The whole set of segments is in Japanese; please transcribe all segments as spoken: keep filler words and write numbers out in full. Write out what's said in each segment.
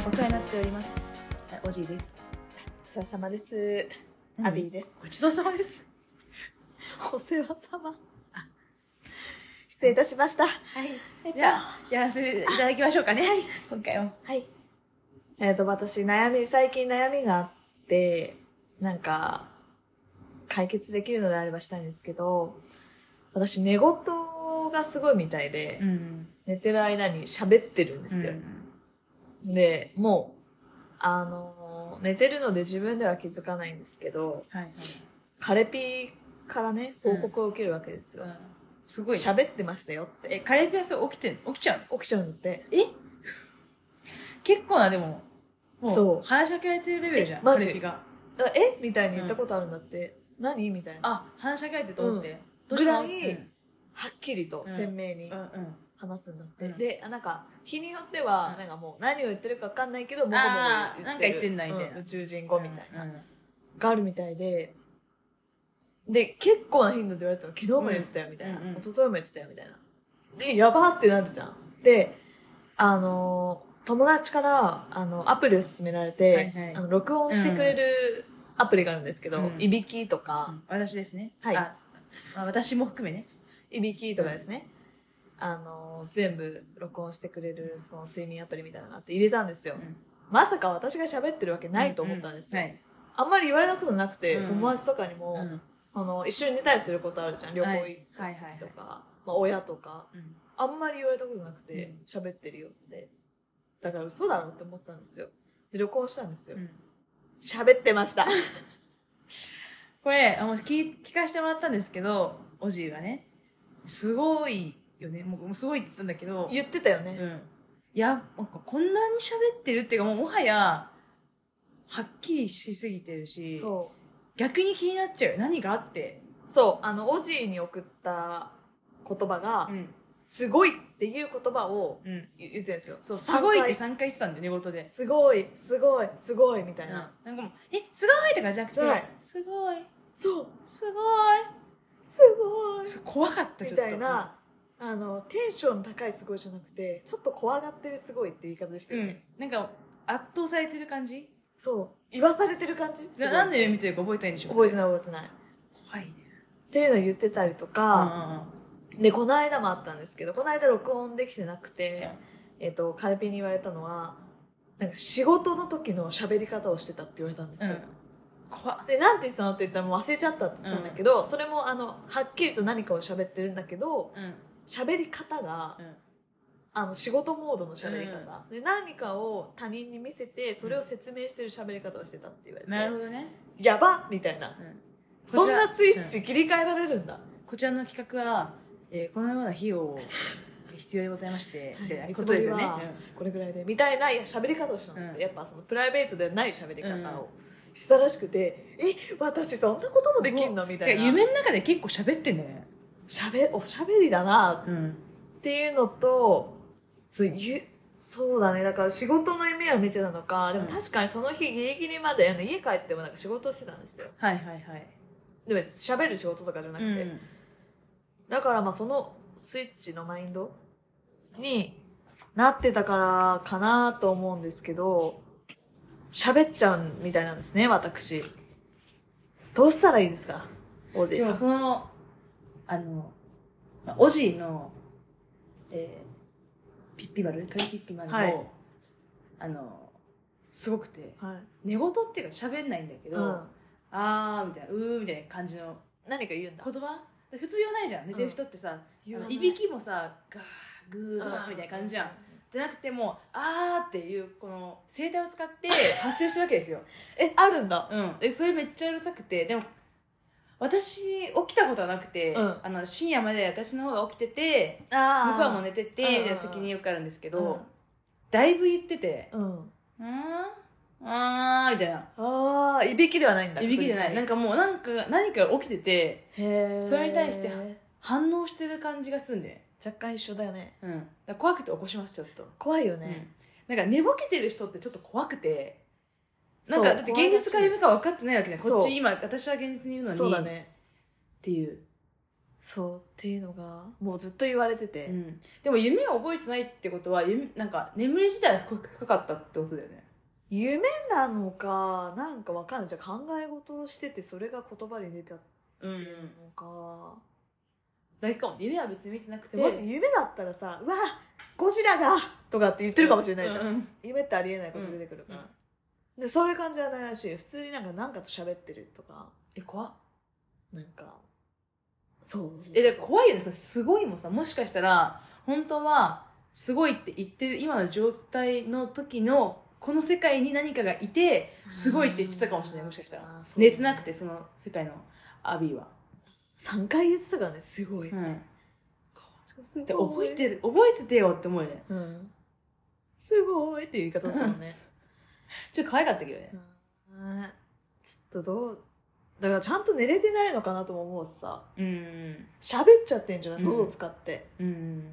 お世話になっております。おじいです。 お世話様です。アビーです。 ごちそうさまです。 お世話様。失礼いたしました。はい。 じゃあ、やらせていただきましょうかね。はい。今回も。 はい。えっと、私、悩み、最近悩みがあって、なんか、解決できるのであればしたいんですけど、私、寝言がすごいみたいで、うん、寝てる間に喋ってるんですよ。うん、で、もう、あの、寝てるので自分では気づかないんですけど、はいはい、カレピーからね、報告を受けるわけですよ。うんうん、すごい、ね。喋ってましたよって。 え、カレピーはそれ起きてん起きちゃうの？ 起きちゃうのって。 え結構な、でも、もう、そう話しかけられてるレベルじゃん、カレピーが。 えみたいに言ったことあるんだって。うん、何みたいな。 あ、話しかけられてと思って。うん、 どうしたぐらい、うん、はっきりと鮮明に話すんだって。うんうん、で、なんか、日によっては、なんかもう何を言ってるか分かんないけど、もごもご言ってる。 なんか言ってんだみたいな、 うん。宇宙人語みたいな、うんうん。があるみたいで、で、結構な頻度で言われたの、昨日も言ってたよみたいな。うんうん、一昨日も言ってたよみたいな。で、やばってなるじゃん。で、あの、友達から、あの、アプリを勧められて、はいはい、あの、録音してくれるアプリがあるんですけど、うん、いびきとか、うん、 私ですね。はい。あ、私も含めね。 いびきとかですね。うん、あの、全部録音してくれる、その睡眠アプリみたいなのがあって入れたんですよ。うん、まさか私が喋ってるわけないと思ったんですよ。うんうん、はい、あんまり言われたことなくて、うん、友達とかにも、うん、あの、一緒に寝たりすることあるじゃん。旅行行ったりとか、まあ、親とか、うん、あんまり言われたことなくて、喋ってるよって。だから嘘だろって思ってたんですよ。で、旅行したんですよ。喋、うん、ってました。 これ、あの聞、聞かせてもらったんですけど、おじいがね、すごいよね。もう、すごいって言ってたんだけど。 言ってたよね。うん。 いや、なんかこんなに喋ってるっていうか、もうもはや、はっきりしすぎてるし、そう。逆に気になっちゃうよ。何があって。 そう。あの、おじいに送った言葉が、うん、すごいっていう言葉を言ってるんですよ。うん、 そう、すごいってさんかい言ってたんだよ、寝言で。 すごい、すごい、すごい、みたいな。 うん、なんかもう、え、すごいとかじゃなくて、すごい。 そう。 すごい。 すごい。 怖かった、ちょっと。 みたいな、あの、テンション高いすごいじゃなくて、ちょっと怖がってるすごいって言い方でしたよね。 うん。なんか、圧倒されてる感じ？ そう。言わされてる感じ？ ななんで見てるか覚えてないんでしょ？ 覚えてない覚えてない。 怖いね。 っていうのを言ってたりとか、うん、で、この間もあったんですけど、この間録音できてなくて、うん、えっと、カルピに言われたのは、なんか仕事の時の喋り方をしてたって言われたんですよ。うん、怖で、なんて言ってたのって言ったらもう忘れちゃったって言ったんだけど、うん、それもあの、はっきりと何かを喋ってるんだけど、喋、うん、り方が、うん、あの、仕事モードの喋り方、うん、で、何かを他人に見せて、それを説明してる喋り方をしてたって言われて。 なるほどね。 やばみたいな。うん、そんなスイッチ切り替えられるんだ。 こちらの企画は、えー、このような費用を必要でございまして、みたいなことですよね。 これぐらいで。みたいな喋り方をしたのって、うん、やっぱそのプライベートでない喋り方をしたらしくて、うん、え、私そんなこともできんのみたいな。 夢の中で結構喋ってんだね。 喋、おしゃべりだなっていうのと、そういう、そうだね。だから仕事の夢を見てたのか、でも確かにその日ギリギリまで、ね、家帰ってもなんか仕事をしてたんですよ。 はいはいはい。 でも喋る仕事とかじゃなくて、うん、だからまあそのスイッチのマインドになってたからかなと思うんですけど、喋っちゃうみたいなんですね、私。どうしたらいいですか、おじいさん。 でもその、あの、おじいの、えー、ピッピ丸、カリピッピ丸も、はい、あの、すごくて、はい、寝言っていうか喋んないんだけど、うん、あーみたいな、うーみたいな感じの何か言うんだ。 言葉普通言わないじゃん、寝てる人ってさ、うん、あのいびきもさ、ガーグーガーみたいな感じじゃん、じゃなくてもうあーっていうこの声帯を使って発声してるわけですよ。 え、あるんだ。 うん。でそれめっちゃうるさくて、でも私起きたことはなくて、うん、あの深夜まで私の方が起きてて向こうはもう寝ててみたいな時によくあるんですけど、うん、だいぶ言ってて、うん、うんあーみたいな。 あー、いびきではないんだ。 いびきじゃない。なんかもうなんか何か起きてて、へー、それに対して反応してる感じがするんで。 若干一緒だよね。 うん。だ怖くて起こします、ちょっと。 怖いよね。 うん、なんか寝ぼけてる人ってちょっと怖くて、なんかだって現実か夢か分かってないわけじゃん。こっち今、私は現実にいるのに。 そうだね。 っていう。 そうっていうのがもうずっと言われてて、 うん、でも夢を覚えてないってことは夢なんか眠り自体は深かったってことだよね。 夢なのかなんかわかんない。じゃあ考え事をしててそれが言葉で出たっていうのか、うん、 だけかも。夢は別に見てなくて、 もし夢だったらさ、うわゴジラがとかって言ってるかもしれないじゃん、うんうん、夢ってありえないこと出てくるから、うんうん、でそういう感じはないらしい。普通になんか何かと喋ってるとか。 え怖っ。 なんかそうえで怖いよね。すごいもさ、もしかしたら本当はすごいって言ってる今の状態の時のこの世界に何かがいてすごいって言ってたかもしれない。もしかしたら、ね、寝てなくてその世界のアビーはさんかい言ってたからね。すごい、うん、 すごい覚えてる覚えててよって思うよね、 うん、すごいっていう言い方だったもんねちょっと可愛かったけどね、 うん、ちょっとどうだからちゃんと寝れてないのかなとも思うしさ、うん、喋っちゃってんじゃない、喉使って、うんうん、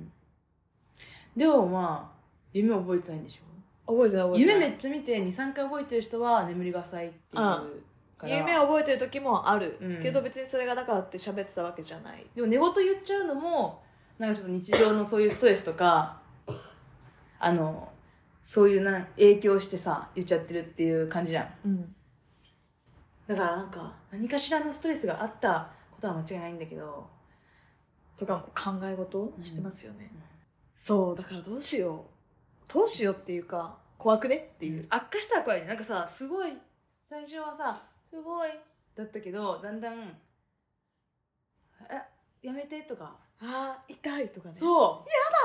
でもまあ夢覚えてないんでしょ。 覚えてない覚えてない。 夢めっちゃ見て にさんかい覚えてる人は眠りが浅いっていうから。 夢を覚えてる時もある、うん、けど別にそれがだからって喋ってたわけじゃない。 でも寝言言っちゃうのもなんかちょっと日常のそういうストレスとかあのそういうな影響してさ言っちゃってるっていう感じじゃん、うん、だからなんか何かしらのストレスがあったことは間違いないんだけどとかも考え事してますよね、うんうん、そうだからどうしようどうしようっていうか怖くねっていう、 悪化したら怖いね。なんかさすごい最初はさすごいだったけどだんだんえやめてとかあ痛いとかね。 そうやだやだ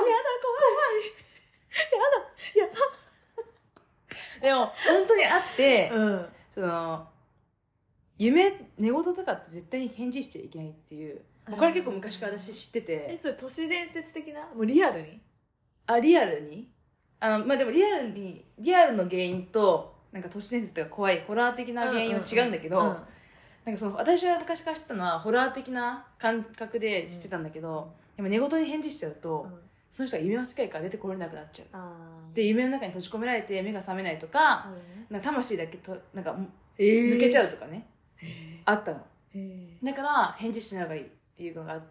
怖いやだやだでも本当にあって、うん、その夢寝言とかって絶対に返事しちゃいけないっていう、これ結構昔から私知ってて。 えそれ都市伝説的なもうリアルにあリアルにあのまあでもリアルにリアルの原因となんか都市伝説とか怖いホラー的な原因は違うんだけど、うんうんうん、なんかその私は昔から知ったのはホラー的な感覚で知ってたんだけど、うん、でも寝言に返事しちゃうと、うん、その人が夢の世界から出てこれなくなっちゃう。で夢の中に閉じ込められて目が覚めないとか、うん、なんか魂だけとなんか抜けちゃうとかね、えー、あったの。だから返事しない方がいいっていうのがあって、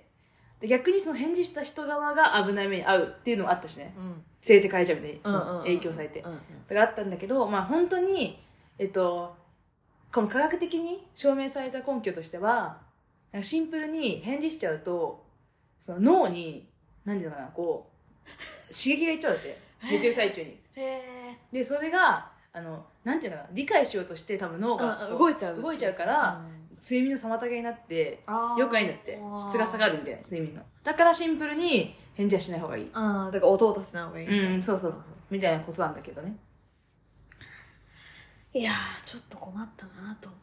で逆にその返事した人側が危ない目に遭うっていうのもあったしね、うん、連れて帰っちゃうみたいにその影響されて、うんうんうん、だからあったんだけど、まあ本当にえっとこの科学的に証明された根拠としてはなんかシンプルに返事しちゃうとその脳に何ていうのかなこう刺激がいっちゃうんだって寝てる最中に。へでそれがあのなんていうのかな理解しようとして多分脳が動いちゃう動いちゃうから、うん、睡眠の妨げになってよくないんだって。質が下がるみたいな睡眠の。だからシンプルに返事はしない方がいい。 ああだから音を出せない方がいいみたいな、 うん、そうそうそうそうみたいなことなんだけどね。 いやーちょっと困ったなと思って。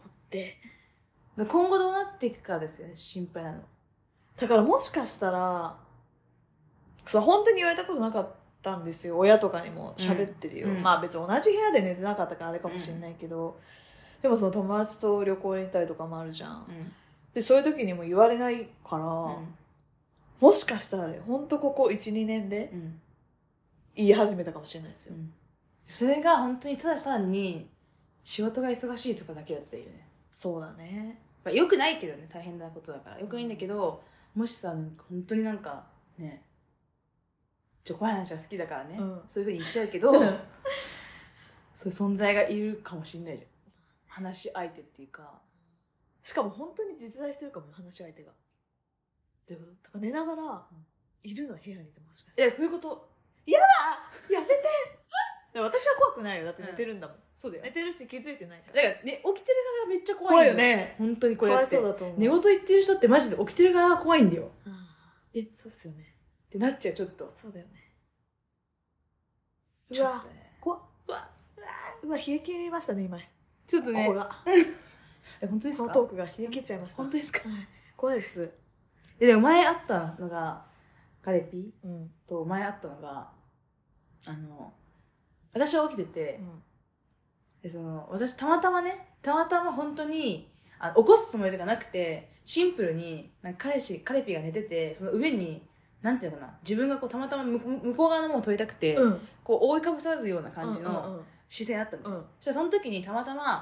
今後どうなっていくかですよね心配なの。 だからもしかしたらそう本当に言われたことなかったんですよ。親とかにも喋ってるよ、うん、まあ別に同じ部屋で寝てなかったからあれかもしれないけど、うん、でもその友達と旅行に行ったりとかもあるじゃん、うん、でそういう時にも言われないから、うん、もしかしたら本当ここ いちにねんで言い始めたかもしれないですよ、うん、 それが本当にただ単に仕事が忙しいとかだけだったよね。 そうだね、 まあ、よくないけどね大変なことだからよくないんだけど、もしさ本当になんかねちょ怖い話が好きだからね、うん、そういうふうに言っちゃうけどそういう存在がいるかもしれないじゃん話し相手っていうか。 しかも本当に実在してるかも話し相手が。 どういうこと？ だから寝ながらいるの部屋にいてもしかして。いやそういうこと。 やだやめて私は怖くないよだって寝てるんだもん、うん、 そうだよ寝てるし気づいてないから。 だから、ね、起きてる側がめっちゃ怖い怖いよね本当にこれやって。 かわいそうだと思う。 寝言言ってる人ってマジで起きてる側が怖いんだよ。 あえそうっすよねってなっちゃうちょっと。 そうだよね。うわ怖っうわうわ冷え切りましたね今ちょっとねここがえ本当ですか？ このトークが冷え切っちゃいました。 本当ですか？ 怖いです。 えでも前あったのがカレピ、うん、と前あったのがあの私は起きてて、うん、でその私たまたまねたまたま本当にあ起こすつもりとかなくてシンプルになんか彼氏カレピが寝ててその上になんていうのかな自分がこうたまたま向こう側のものを取りたくて、うん、こう覆いかぶさるような感じの視線あったんだよ、うん、そしたらその時にたまたま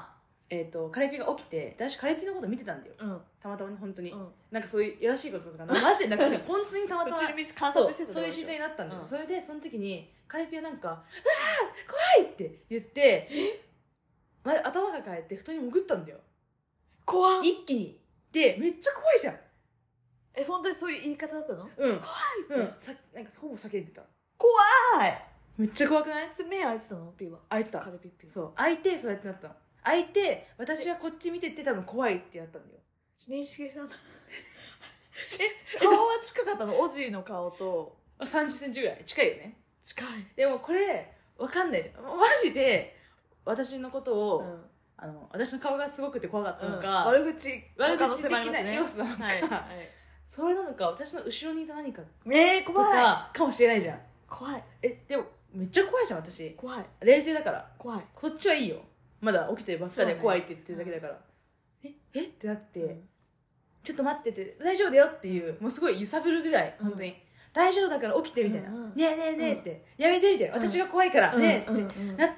えっと、カレピが起きて、私カレピのこと見てたんだよ。 うん。 たまたまね、本当に。 うん。 なんかそういういやらしいこととか、マジでなくて、本当にたまたま。 観察してたそういう姿勢になったんだよ。 うん、 それで、その時に、カレピはなんか、うわー怖いって言って、ま、頭抱えて布団に潜ったんだよ。 怖っ。 一気に。で、めっちゃ怖いじゃん。 え、本当にそういう言い方だったの？ うん。 怖いって。うん。さなんかほぼ叫んでた。 怖い。 めっちゃ怖くない？ それ目開いてたの？ピーは。 開いてた。 カレピッピ。 そう。開いて、そうやってなったの。開いて、私はこっち見てて多分怖いってやったんだよ。 認識したんだ。え、顔は近かったの？オジーの顔と。 さんじゅっセンチぐらい。近いよね。 近い。 でもこれ、わかんないじゃん。マジで、私のことを、うん、あの、私の顔がすごくて怖かったのか、 うん、悪口、 悪口的な要素なのか、 はいはい、 それなのか、私の後ろにいた何かとか、 かもしれないじゃん。 怖い。 え、でも、めっちゃ怖いじゃん、私。 怖い。 冷静だから。 怖い。 こっちはいいよ。まだ起きてばっかで怖いって言ってるだけだから。ね、ええってなって、うん、ちょっと待ってて、大丈夫だよっていう、もうすごい揺さぶるぐらい、本当に。うん、大丈夫だから起きてみたいな。うんうん、ねえねえねえって、うん、やめてみたいな。私が怖いから、ねえってなって、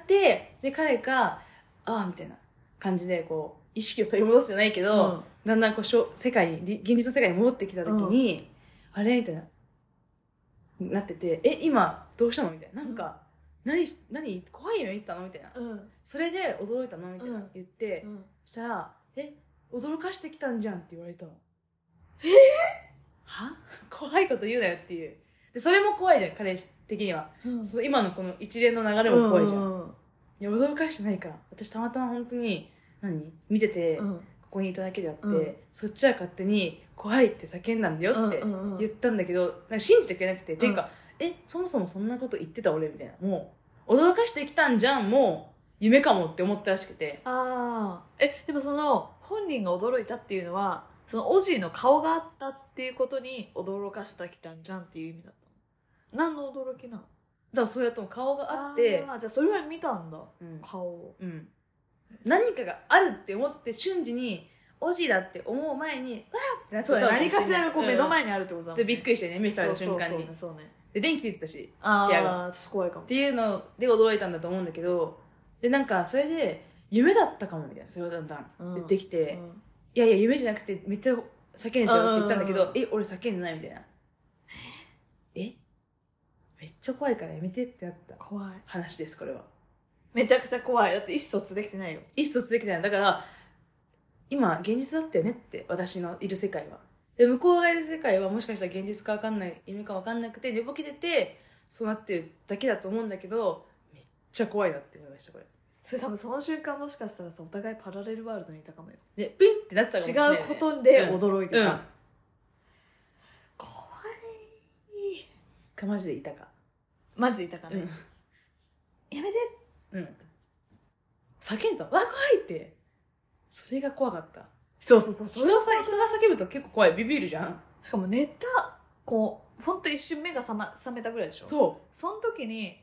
で、彼が、ああ、みたいな感じで、こう、意識を取り戻すじゃないけど、うん、だんだんこう、世界に、現実の世界に戻ってきたときに、うん、あれみたいな、なってて、え、今、どうしたのみたいな。なんか、うん、何、何怖い夢見てたのみたいな、うん。それで驚いたのみたいな、言って、うん、そしたら、え、驚かしてきたんじゃんって言われたの。 えー、 は怖いこと言うなよっていう。で、それも怖いじゃん、彼氏的には。うん、その今のこの一連の流れも怖いじゃん。うんうんうん、いや、驚かしてないから。私たまたま本当に、何見てて、うん、ここにいただけであって、うん、そっちは勝手に怖いって叫んだんだよって言ったんだけど、うんうんうん、なんか信じてくれなくて、うん、ていうか、え、そもそもそんなこと言ってた俺みたいな。もう、驚かしてきたんじゃん、もう、夢かもって思ったらしくて。 ああ。え、でもその、本人が驚いたっていうのは、そのオジーの顔があったっていうことに驚かしてきたんじゃんっていう意味だったの。何の驚きなの？ だからそうやって顔があって、 ああ、じゃあそれは見たんだ、うん、顔を。 うん。何かがあるって思って瞬時に、オジだって思う前に、わーってなってた。 そう、何かしらがこう目の前にあるってことだもんね。 で、びっくりしてね、目された瞬間に。 そうね、そうね。 で、電気ついてたし、 ああ、ちょっと怖いかも。 っていうので驚いたんだと思うんだけど、で、なんか、それで、夢だったかもみたいな、それをだんだん言ってきて、うんうん、いやいや、夢じゃなくて、めっちゃ叫んでたよって言ったんだけど、え、俺叫んでないみたいな。えめっちゃ怖いからやめてってなった怖い話です、これは。 めちゃくちゃ怖い。だって意思疎通できてないよ。 意思疎通できてない。だから、今、現実だったよねって、私のいる世界は。で、向こうがいる世界はもしかしたら現実かわかんない、夢かわかんなくて、寝ぼけてて、そうなってるだけだと思うんだけど、めっちゃ怖いなって思いました、これ。 それ多分その瞬間もしかしたらさ、お互いパラレルワールドにいたかもよ。 ね、ピンってなったかもしれない、ね。 違うことで驚いてた。うんうん、怖い。 か、マジでいたか。 マジでいたかね。うん、やめて。 うん。叫んでた。わ、怖いって。それが怖かった。 そうそうそう。 人がさ、人が叫ぶと結構怖い。ビビるじゃん。 しかも寝た、こう、ほんと一瞬目が覚、ま、覚めたぐらいでしょ。 そう。 その時に、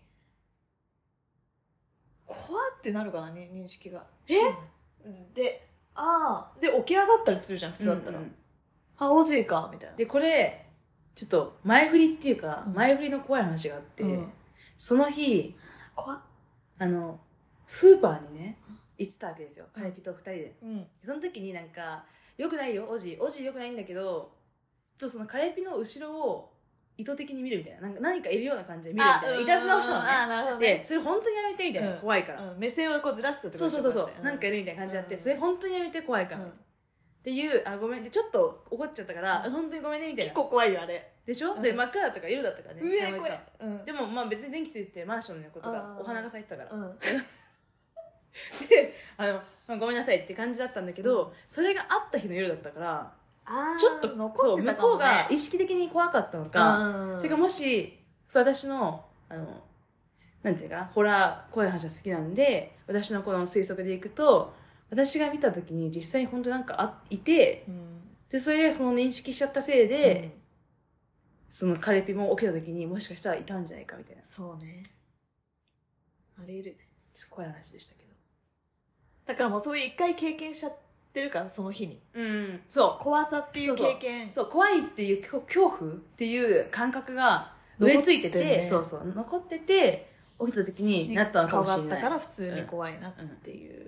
怖ってなるかな、ね、認識が。えで、ああ、で、起き上がったりするじゃん、普通だったら。うんうん、あ、おじいか、みたいな。 で、これ、ちょっと、前振りっていうか、うん、前振りの怖い話があって、うん、その日、 怖っ。 あの、スーパーにね、行ってたわけですよ。カレピと二人で。うん、その時になんか、よくないよ、おじ。おじよくないんだけど、ちょっとそのカレピの後ろを意図的に見るみたいな。なんか何かいるような感じで見るみたいな。いたずらをしたのね。 あ、なるほどね。 で、それ本当にやめてみたいな。うん、怖いから、 うん。目線をこうずらしたってこと。 そうそうそう。うん、なんかいるみたいな感じあって、それ本当にやめて怖いから。うん、っていう、あ、ごめんって、ちょっと怒っちゃったから、うん、本当にごめんねみたいな。 結構怖いよ、あれ。 でしょ、うん、で、真っ暗だったから夜だったからね。 上怖い。 うん、でも、まあ別に電気ついててマンションのことが、お花が咲いてたから。うんで、あの、まあ、ごめんなさいって感じだったんだけど、うん、それがあった日の夜だったから、ちょっと、そう、向こうが意識的に怖かったのか、それがもし、そう、私の、あの、なんていうか、ホラー、怖い話が好きなんで、私のこの推測でいくと、私が見た時に実際に本当なんかあいて、うん、で、それがその認識しちゃったせいで、うん、そのカレピも起きた時にもしかしたらいたんじゃないかみたいな。 そうね。あり得る。 ちょっと怖い話でしたけど。 だからもうそういう一回経験しちゃってるから、その日に。 うん。そう。 怖さっていう経験。 そう、そうそう怖いっていう恐怖っていう感覚が植え付いてて、ね、そうそう、残ってて、起きた時になったのかもしれない。 顔があったから普通に怖いなっていう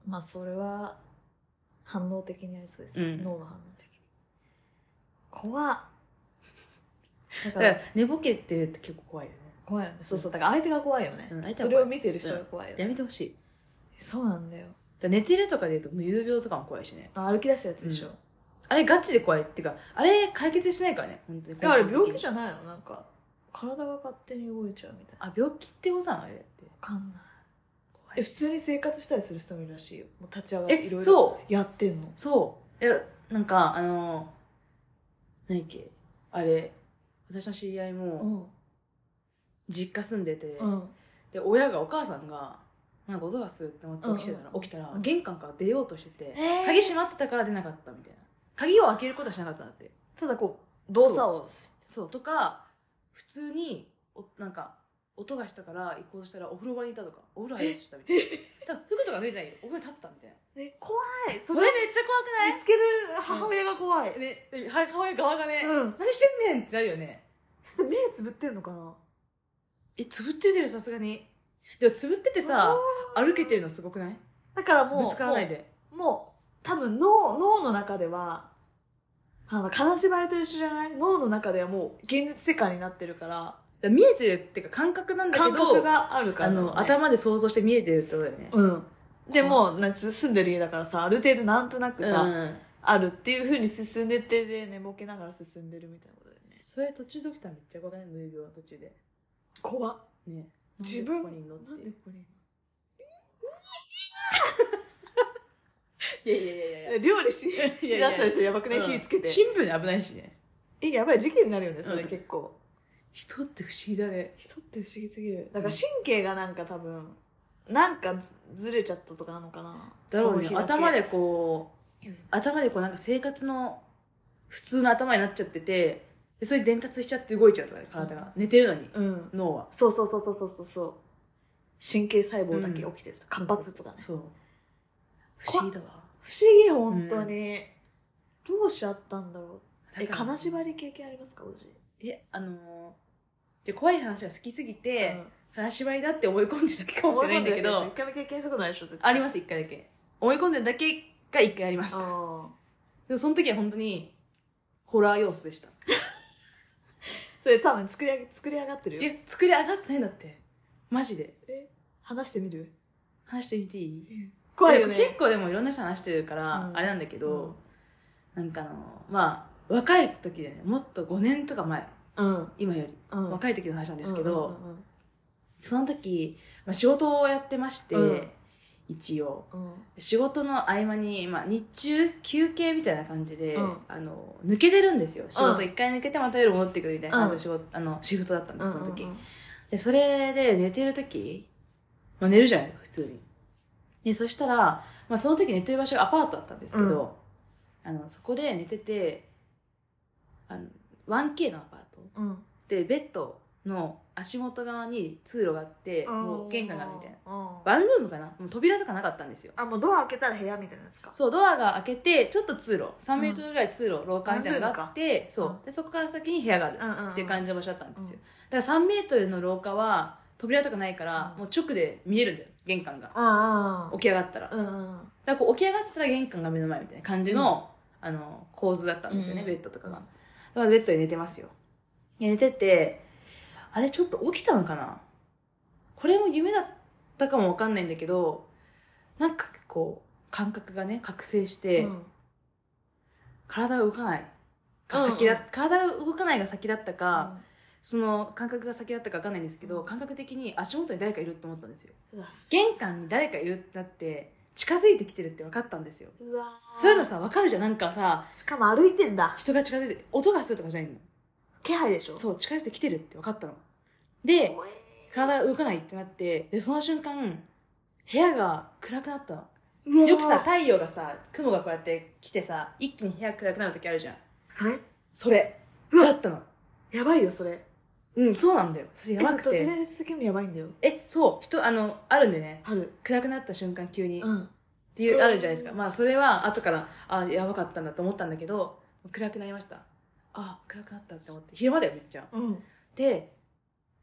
まあそれは反応的にありそうです、うん、脳の反応的に怖っだから、寝ぼけてるって結構怖いよね。 怖いよね。そうそう。だから相手が怖いよね。うん、それを見てる人が怖いよね。 やめてほしい。 そうなんだよ。 だ寝てるとかで言うと無遊病とかも怖いしね。 あ、歩き出したやつでしょ、うん。 あれガチで怖いっていうか、あれ解決しないからね、本当に。 あれ病気じゃないの？なんか、体が勝手に動いちゃうみたいな。 あ、病気ってことなのあれって。 わかんない。怖い。え、普通に生活したりする人もいるらしいよ。もう立ち上がっていろいろやってんの。 そう。え、なんか、あの、何っけ、あれ、私の知り合いも、実家住んでて、うん、で、親が、お母さんが、なんか音がするって思って起きてたら、うん、起きたら、玄関から出ようとしてて、えー、鍵閉まってたから出なかったみたいな。鍵を開けることはしなかったんだって。 ただこう、動作をそう、そう、とか、普通に、おなんか、音がしたから行こうとしたらお風呂場にいたとか、お風呂入ってたみたいな。多分服とか脱いでないよ。お風呂に立ったみたいな。 え、怖い。 それめっちゃ怖くない？ 見つける母親が怖い。 うん、ね、母親側がね、うん、何してんねんってなるよね。 そして目つぶってんのかな？ え、つぶってるよ、さすがに。でもつぶっててさ、歩けてるのすごくない？ だからもう、 ぶつからないで。 もう、もう多分脳、脳の中では、あの、金縛りと一緒じゃない？脳の中ではもう現実世界になってるから、 見えてるっていうか感覚なんだけど、 感覚があるから、ね、 あの頭で想像して見えてるってことだよね。 うん。でもなん住んでる家だからさ、ある程度なんとなくさ、うん、あるっていう風に進んでってで寝ぼけながら進んでるみたいなことだよね。 それ途中で起きたらめっちゃ怖くない？無病の途中で。 怖っ。 ね。 自分ここにいんのって。 なんでここにいんの？ いやいやいやいや。 料理ししだしたりしてやばくね、火つけて。 シンプルに危ないしね。 え、やばい事件になるよね、それ、うん、結構。 人って不思議だね。 人って不思議すぎる。だから神経がなんか多分、なんかずれちゃったとかなのかな。 だろうね。頭でこう、うん、頭でこうなんか生活の普通の頭になっちゃってて、でそれ伝達しちゃって動いちゃうとかね、体が。うん、寝てるのに、うん、脳は。 そうそうそうそうそうそう。神経細胞だけ起きてる。うん、活発とかね。 そう。不思議だわ。 不思議、本当に。うん、どうしちゃったんだろう。え、金縛り経験ありますか、おじ？ え、あのー、で怖い話が好きすぎて、うん、金縛りだって思い込んでただけかもしれないんだけど、 一回も経験したことないでしょ？ あります、一回だけ。思い込んでるだけが一回あります。でもその時は本当にホラー要素でした。 それ多分作り上げ、作り上がってるよ。 え、作り上がってないんだって。マジで。 え、話してみる？ 話してみていい？うん、 怖いよね。 結構でもいろんな人話してるから、あれなんだけど、うん、なんかあの、まあ、若い時でね、もっとごねんとか前、うん、今より、うん、若い時の話なんですけど、うんうんうんうん、その時、まあ、仕事をやってまして、うん、一応、うん、仕事の合間に、まあ、日中休憩みたいな感じで、うん、あの抜けてるんですよ。仕事一回抜けてまた夜戻ってくるみたいな感じの仕事、あのシフトだったんです、その時、うんうんうん、でそれで寝てる時、まあ、寝るじゃないですか普通に。でそしたら、まあ、その時寝てる場所がアパートだったんですけど、うん、あのそこで寝てて、あの ワンケー のアパート、うん、でベッドの足元側に通路があって、もう玄関があるみたいな、ワンルームかな、もう扉とかなかったんですよ。 あ、もうドア開けたら部屋みたいなやつか。 そう、ドアが開けてちょっと通路さんメートルぐらい通路、うん、廊下みたいなのがあって、そう、うん、でそこから先に部屋があるっていう感じの場所だったんですよ、うん、だからさんメートルの廊下は扉とかないから、うん、もう直で見えるんだよ、玄関が、うん、起き上がったら、うん、だからこう起き上がったら玄関が目の前みたいな感じの、うん、あの構図だったんですよね、うん、ベッドとかが。だからベッドで寝てますよ。寝てて、あれちょっと起きたのかな、これも夢だったかもわかんないんだけど、なんかこう感覚がね覚醒して、うん、体が動かないが先だ、うんうん、体が動かないが先だったか、うん、その感覚が先だったかわかんないんですけど、うん、感覚的に足元に誰かいると思ったんですよ。玄関に誰かいるってなって近づいてきてるって分かったんですよ。うわ、そういうのさ分かるじゃん、なんかさ、 しかも歩いてんだ、 人が近づいて音がするとかじゃないの、 気配でしょ。 そう、近づいてきてるって分かったので、体が動かないってなって、でその瞬間部屋が暗くなったの。よくさ、太陽がさ、雲がこうやって来てさ、一気に部屋暗くなる時あるじゃん。 それそれだったの。 やばいよそれ。 うん、そうなんだよ。それやばくて、 都市伝説的にもやばいんだよ。 え、そう、人、あのあるんでね、 ある、 暗くなった瞬間急に、うん、っていうあるじゃないですか。まあそれは後からあやばかったんだと思ったんだけど、暗くなりました。あ、暗くなったって思って、昼間だよめっちゃ、うん、で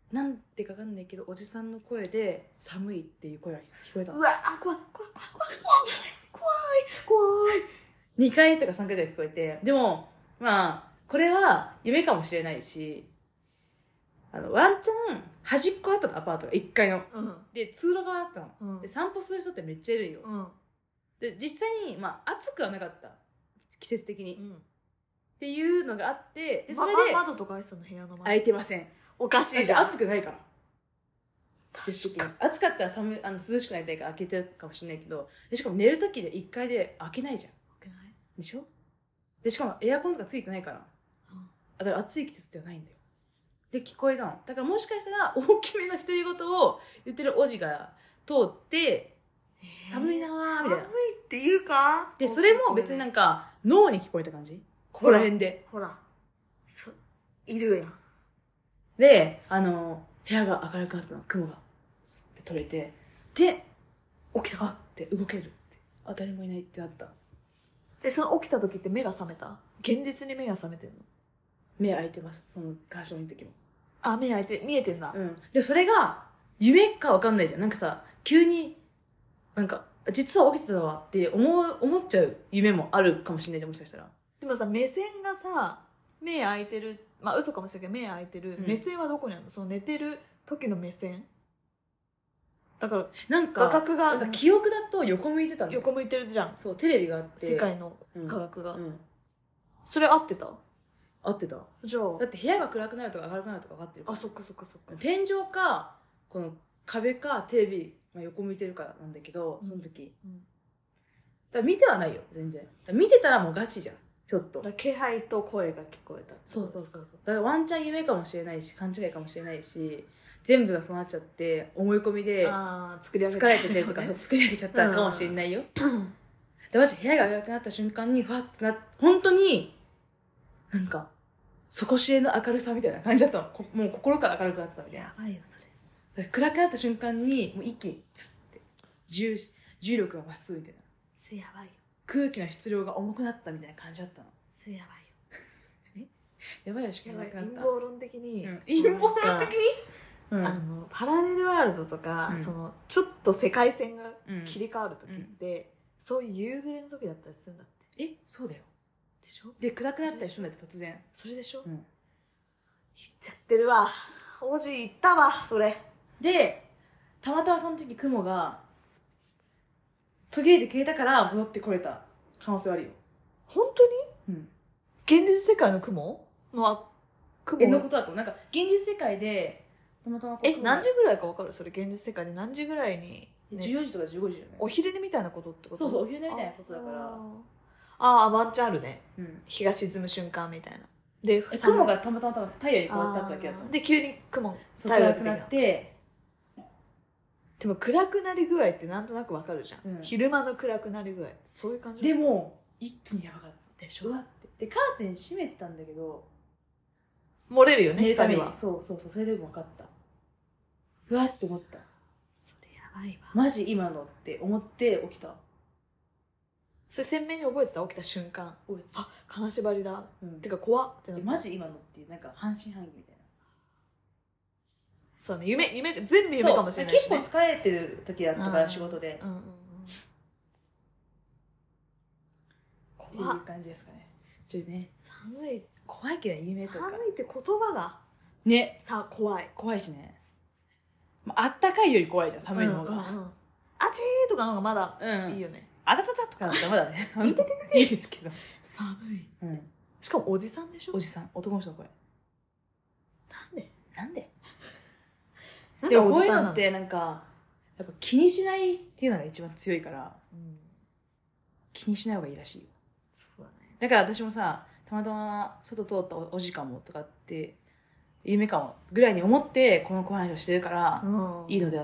なんてかわかんないけどおじさんの声で寒いっていう声が聞こえた。 うわあ怖い怖い怖い怖い怖い怖い。 にかいとかさんかいぐらい聞こえて、でもまあこれは夢かもしれないし、あのワンチャン端っこあったの、アパートがいっかいの、うん、で通路があったの、うん、で散歩する人ってめっちゃいるよ、うん、で実際にまあ暑くはなかった、季節的に、うん、っていうのがあって、でそれで、 ま、窓とか開いてたの、部屋の窓開いてません。 おかしいじゃん。 暑くないから、季節的に暑かったら寒い、あの涼しくなりたいから開けてるかもしれないけど、でしかも寝る時でいっかいで開けないじゃん。 開けないでしょ。でしかもエアコンとかついてないから、うん、だから暑い季節ではないんだよ。で聞こえたの。だからもしかしたら大きめの独り言を言ってるおじが通って寒いなーみたいな、寒いっていうか、 でそれも別になんか脳に聞こえた感じ、ここら辺でほらそいるやん。 であの部屋が明るくなったの、雲がスッて取れて、で起きた、 あって動けるって、あ誰もいないってなった。 でその起きた時って目が覚めた？現実に目が覚めてんの？ 目開いてます、その鑑賞の時も。 あ、目開いて見えてんだ。 うん。でそれが夢かわかんないじゃん。なんかさ急になんか実は起きてたわって思う思っちゃう夢もあるかもしれないじゃん、もしかしたら。 でもさ、目線がさ目開いてる、まあ嘘かもしれないけど目開いてる、うん、目線はどこにあるの？その寝てる時の目線だから、 なんか画角がなんか記憶だと横向いてたの。 横向いてるじゃん。 そう、テレビがあって世界の画角が、 うんうん、 それ合ってた？ 合ってた。 じゃあだって部屋が暗くなるとか明るくなるとか分かってるから。 あ、そっかそっかそっか。 天井かこの壁かテレビ、まあ、横向いてるからなんだけど、その時、うんうん、だから見てはないよ全然。だから見てたらもうガチじゃん、ちょっと。 だ気配と声が聞こえた。 そうそうそうそう。だからワンチャン夢かもしれないし、勘違いかもしれないし、全部がそうなっちゃって思い込みで作り上げ疲れててとか作り上げちゃったかもしれないよ。でマジ部屋が明るくなった瞬間にファッてな、本当になんか底知れの明るさみたいな感じだったの。もう心から明るくなったみたいな。 やばいよそれ。 暗くなった瞬間にもう一気にツッて 重, 重力が増すみたいな。 それやばいよ。 空気の質量が重くなったみたいな感じだったの。 それやばいよ。 えやばいよしかなくなった。 陰謀論的に、 うん、陰謀論的に、 うん、あのパラレルワールドとか、うん、そのちょっと世界線が切り替わる時って、うん、そういう夕暮れの時だったりするんだって。 え、そうだよ。 でしょ。 で暗くなったりするんだって突然。 それでしょ、うん、言っちゃってるわ。王子言ったわそれで、たまたまその時雲が途切れて消えたから戻ってこれた可能性はあるよ。 本当に？うん。現実世界の雲の雲のことだと、なんか現実世界でたまたまえ何時ぐらいか分かる？それ現実世界で何時ぐらいに、 ね、じゅうよじとかじゅうごじじゃない？ お昼寝みたいなことってこと？ そうそう、お昼寝みたいなことだから。 ああワンチャンあるね、うん、日が沈む瞬間みたいな。で雲がたまたま太陽にこうやってあっただけだったの。 で急に雲暗くなって。 でも暗くなり具合ってなんとなく分かるじゃん、うん、昼間の暗くなり具合そういう感じ。 でも一気にやばかったでしょ。うわってでカーテン閉めてたんだけど漏れるよね、 寝るために。そうそうそう、それでも分かった。うわって思った。 それやばいわマジ今のって思って起きた。 それ鮮明に覚えてた？起きた瞬間覚えてた。あ、金縛りだ、うん、てか怖ってなった。 マジ今のってなんか半信半疑みたいな。 そうね、夢、夢、全部夢かもしれないし、ね、 結構疲れてる時だったから、仕事で、うんうんうん、怖っていう感じですかね。ちょっとね、 寒い、 怖いけど夢とか寒いって言葉がね、 さ怖い怖いしね、あったかいより怖いじゃん、寒いの方が、うんうんうん、 あちーとかの方がまだいいよね、 うん、あたたたとかだったらまだねいいですけど、 寒い、うん、しかもおじさんでしょ。 おじさん、男の人の声。 なんでなんででもこういうのってなんかやっぱ気にしないっていうのが一番強いから、うん、気にしない方がいいらしいよ。 そうだね。 だから私もさ、たまたま外通ったお時間もとかって夢かもぐらいに思ってこの怖い話をしてるから、うん、いいのであって、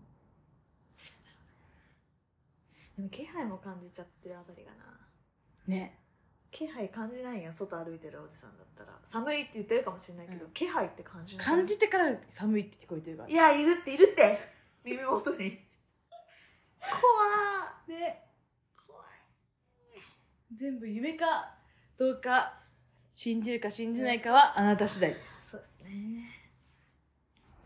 うん、でも気配も感じちゃってるあたりがなね。 気配感じないやん、外歩いてるおじさんだったら。寒いって言ってるかもしれないけど、うん、気配って感じない。 感じてから寒いって聞こえてるから。 いや、いるっているって耳元に怖いね、怖い。全部夢かどうか信じるか信じないかはあなた次第です。 そうですね。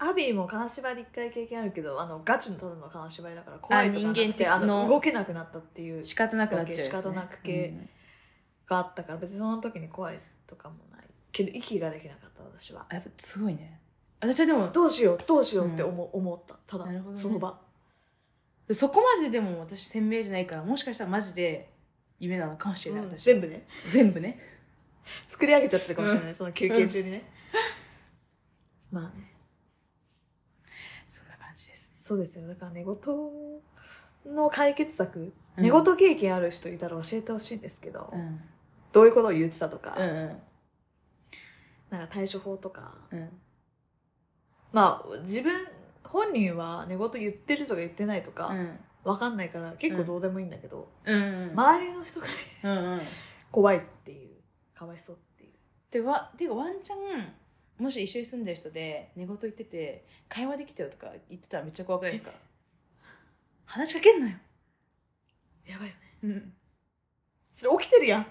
アビーも金縛り一回経験あるけど、あのガチのただの金縛りだから怖いとかなくて、 あ人間的あのの動けなくなったっていう仕方なくなっちゃうやつ、ね、 仕方なく系があったから、別にその時に怖いとかもないけど息ができなかった私は。 やっぱすごいね。私はでもどうしようどうしようって思,、うん、思ったただ、ね、その場そこまででも私鮮明じゃないから、もしかしたらマジで夢なのかもしれない、 うん、 私全部ね全部ね作り上げちゃってるかもしれない、うん、その休憩中にね、うん、まあねそんな感じですね。 そうですよ。だから寝言の解決策、うん、寝言経験ある人いたら教えてほしいんですけど、うん、どういうことを言ってたとか、うんうん、なんか対処法とか、うん、まあ自分本人は寝言言ってるとか言ってないとか、うん、分かんないから結構どうでもいいんだけど、うんうんうん、周りの人がね、うんうん、怖いっていう、かわいそうっていうでわっていうかワンチャンもし一緒に住んでる人で寝言言ってて会話できてるとか言ってたらめっちゃ怖くないですか？話しかけんなよ。 やばいよね。 うん。 それ起きてるやんって。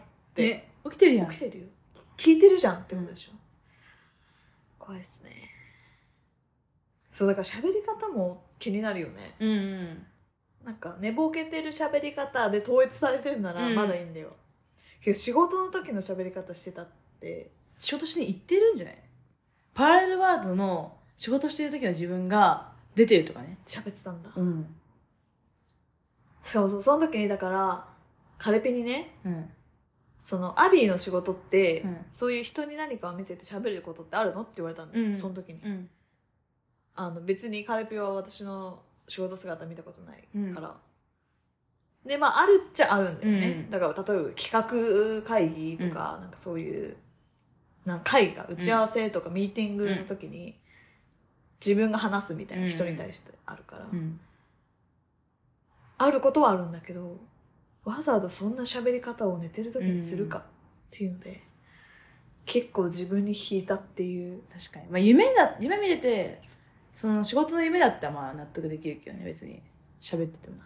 ね、起きてるやん。 起きてるよ。聞いてるじゃんってことでしょ。うん、怖いですね。そうだから喋り方も気になるよね。うんうん。なんか寝ぼけてる喋り方で統一されてるならまだいいんだよ。うん、けど仕事の時の喋り方してたって仕事して行ってるんじゃない？パラレルワールドの仕事してる時の自分が出てるとかね。 喋ってたんだ。 うん。 しかもその時にだからカレピにね、うん、そのアビーの仕事って、うん、そういう人に何かを見せて喋ることってあるのって言われたんだよ、うん、その時に、うん、あの別にカレピは私の仕事姿見たことないから、うん、でまああるっちゃあるんだよね、うん、だから例えば企画会議とか、うん、なんかそういうなんか会が打ち合わせとかミーティングの時に自分が話すみたいな人に対してあるから、うんうん、あることはあるんだけどわざわざそんな喋り方を寝てる時にするかっていうので、うん、結構自分に引いたっていう。 確かに、まあ、夢だ夢見れてその仕事の夢だったらまあ納得できるけどね、別に喋ってても。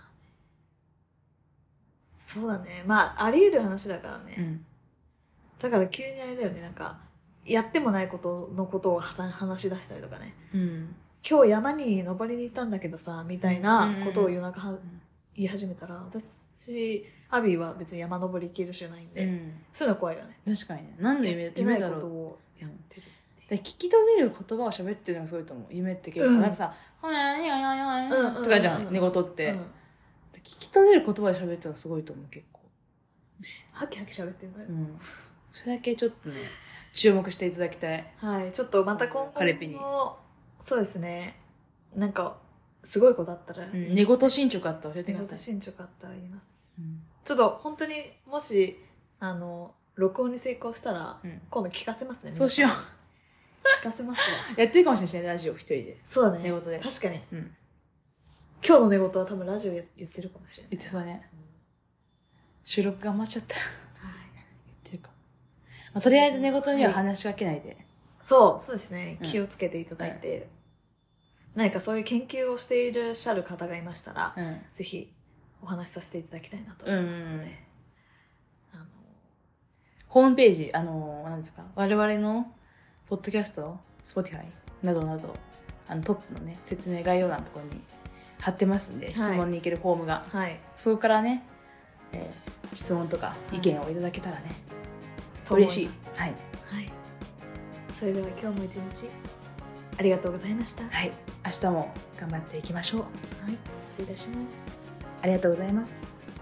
そうだね、まああり得る話だからね、うん、だから急にあれだよね、なんかやってもないことのことを話し出したりとかね、うん、今日山に登りに行ったんだけどさみたいなことを夜中は、うん、言い始めたら、私アビーは別に山登り行けるじゃないんで、うん、そういうの怖いよね。 確かにね、何の夢、夢だろうことをやってるって、聞き取れる言葉を喋ってるのがすごいと思う。夢って結構、うん、なんかさ「はややややや」とかじゃん、寝言って、うん、聞き取れる言葉で喋ってるのすごいと思う。結構ハキハキ喋ってんだよ、うん、 それだけちょっとね注目していただきたい。 はい、ちょっとまた今後カレピにそうですね、なんかすごいことあったら、 うん、寝言進捗あったら教えてください。 寝言進捗あったら言います、うん、ちょっと本当にもしあの録音に成功したら、うん、今度聞かせますね。 そうしよう聞かせますわやってるかもしれない、ラジオ一人で。 そうだね、 寝言で。 確かに、うん、今日の寝言は多分ラジオ言ってるかもしれない。 言ってそうね、うん、収録頑張っちゃったはい言ってるか、まあ、とりあえず寝言には話しかけないで、はい、 そうそうですね、気をつけていただいて、うん、何かそういう研究をしていらっしゃる方がいましたら、うん、ぜひお話しさせていただきたいなと思いますので、うん、 あのホームページ、あの何ですか、我々のポッドキャスト、Spotify などなど、あのトップのね説明概要欄のところに貼ってますんで、はい、質問に行けるフォームが、はい、そこからね、えー、質問とか意見をいただけたらね、はい、嬉しい。はい、はい、 それでは今日も一日ありがとうございました。 はい、明日も頑張っていきましょう。 はい、失礼いたします。 ありがとうございます。